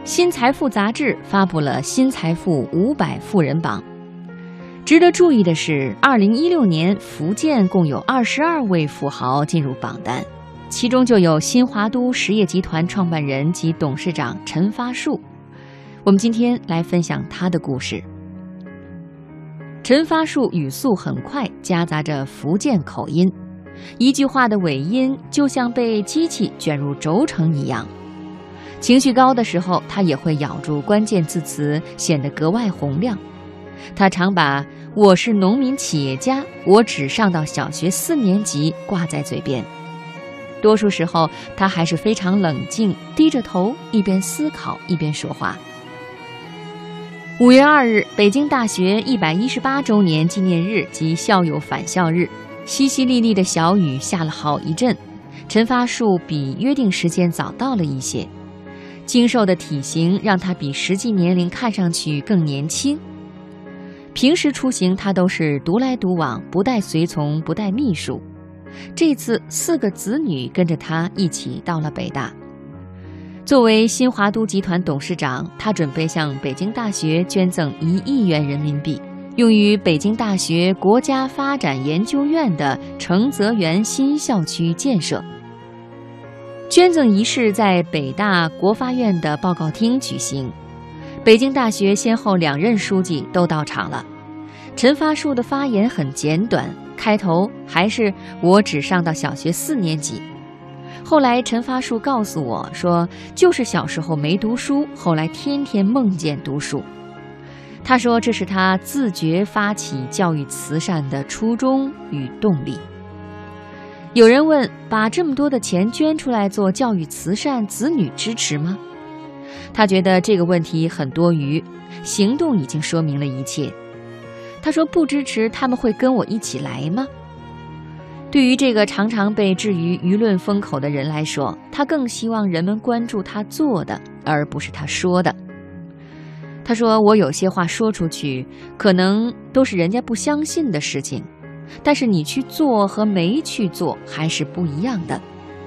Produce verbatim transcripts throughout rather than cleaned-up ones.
新财富杂志发布了新财富五百富人榜。值得注意的是，二零一六年福建共有二十二位富豪进入榜单，其中就有新华都实业集团创办人及董事长陈发树。我们今天来分享他的故事。陈发树语速很快，夹杂着福建口音，一句话的尾音就像被机器卷入轴承一样。情绪高的时候，他也会咬住关键字词，显得格外洪亮。他常把我是农民企业家，我只上到小学四年级挂在嘴边。多数时候他还是非常冷静，低着头，一边思考一边说话。五月二日，北京大学一百一十八周年纪念日及校友返校日，淅淅沥沥的小雨下了好一阵。陈发树比约定时间早到了一些，精瘦的体型让他比实际年龄看上去更年轻。平时出行他都是独来独往，不带随从，不带秘书。这次四个子女跟着他一起到了北大。作为新华都集团董事长，他准备向北京大学捐赠一亿元人民币，用于北京大学国家发展研究院的承泽园新校区建设。捐赠仪式在北大国发院的报告厅举行，北京大学先后两任书记都到场了。陈发树的发言很简短，开头还是我只上到小学四年级。后来陈发树告诉我说，就是小时候没读书，后来天天梦见读书。他说这是他自觉发起教育慈善的初衷与动力。有人问，把这么多的钱捐出来做教育慈善，子女支持吗？他觉得这个问题很多余，行动已经说明了一切。他说不支持他们会跟我一起来吗？对于这个常常被置于舆论风口的人来说，他更希望人们关注他做的，而不是他说的。他说，我有些话说出去，可能都是人家不相信的事情，但是你去做和没去做还是不一样的。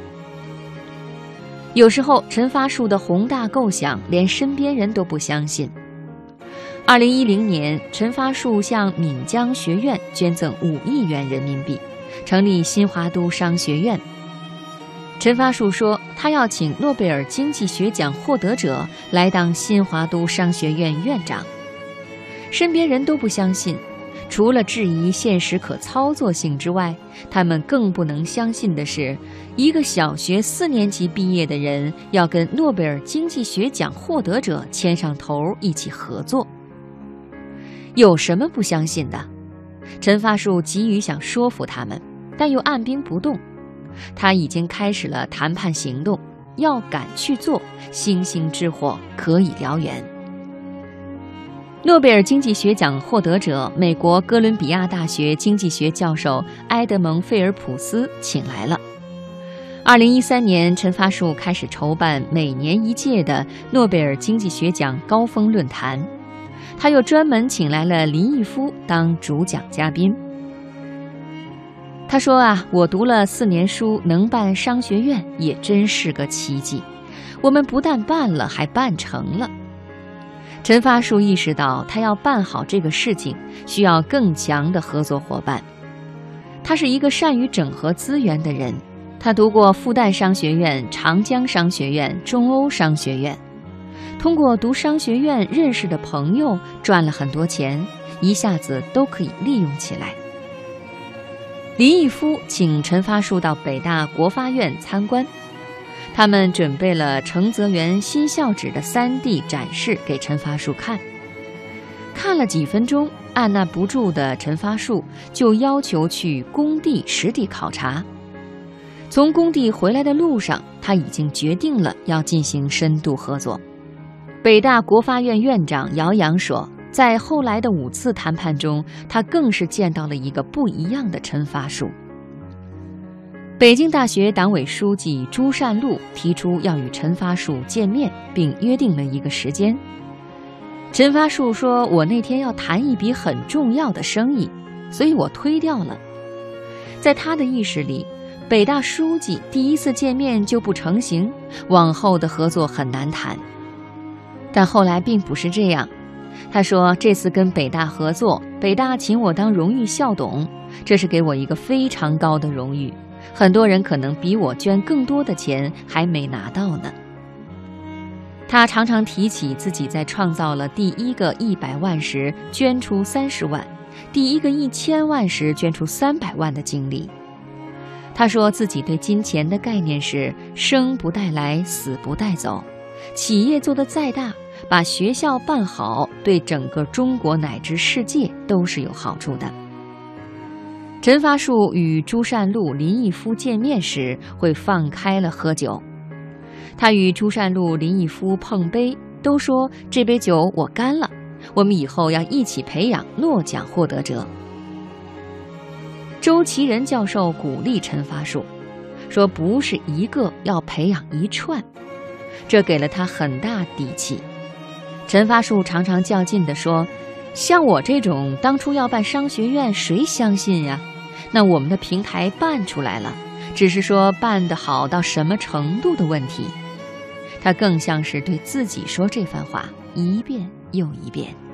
有时候陈发树的宏大构想连身边人都不相信。二零一零年，陈发树向闽江学院捐赠五亿元人民币，成立新华都商学院。陈发树说，他要请诺贝尔经济学奖获得者来当新华都商学院院长。身边人都不相信，除了质疑现实可操作性之外，他们更不能相信的是，一个小学四年级毕业的人要跟诺贝尔经济学奖获得者牵上头一起合作。有什么不相信的？陈发树急于想说服他们，但又按兵不动。他已经开始了谈判行动，要敢去做，星星之火可以燎原。诺贝尔经济学奖获得者、美国哥伦比亚大学经济学教授埃德蒙·费尔普斯请来了。二零一三年，陈发树开始筹办每年一届的诺贝尔经济学奖高峰论坛，他又专门请来了林毅夫当主讲嘉宾。他说啊，我读了四年书，能办商学院也真是个奇迹。我们不但办了，还办成了。陈发树意识到，他要办好这个事情，需要更强的合作伙伴。他是一个善于整合资源的人，他读过复旦商学院、长江商学院、中欧商学院，通过读商学院认识的朋友赚了很多钱，一下子都可以利用起来。林毅夫请陈发树到北大国发院参观，他们准备了承泽园新校址的 三 D 展示给陈发树看。看了几分钟，按捺不住的陈发树就要求去工地实地考察。从工地回来的路上，他已经决定了要进行深度合作。北大国发院院长姚洋说，在后来的五次谈判中，他更是见到了一个不一样的陈发树。北京大学党委书记朱善禄提出要与陈发树见面，并约定了一个时间。陈发树说，我那天要谈一笔很重要的生意，所以我推掉了。在他的意识里，北大书记第一次见面就不成行，往后的合作很难谈。 但后来并不是这样。他说，这次跟北大合作，北大请我当荣誉校董，这是给我一个非常高的荣誉，很多人可能比我捐更多的钱还没拿到呢。他常常提起自己在创造了第一个一百万时捐出三十万，第一个一千万时捐出三百万的经历。他说自己对金钱的概念是生不带来，死不带走，企业做得再大，把学校办好，对整个中国乃至世界都是有好处的。陈发树与朱善禄、林毅夫见面时会放开了喝酒，他与朱善禄、林毅夫碰杯，都说这杯酒我干了，我们以后要一起培养诺奖获得者。周其仁教授鼓励陈发树，说不是一个，要培养一串，这给了他很大底气。陈发树常常较劲地说，像我这种当初要办商学院，谁相信呀？那我们的平台办出来了，只是说办得好到什么程度的问题。他更像是对自己说这番话，一遍又一遍。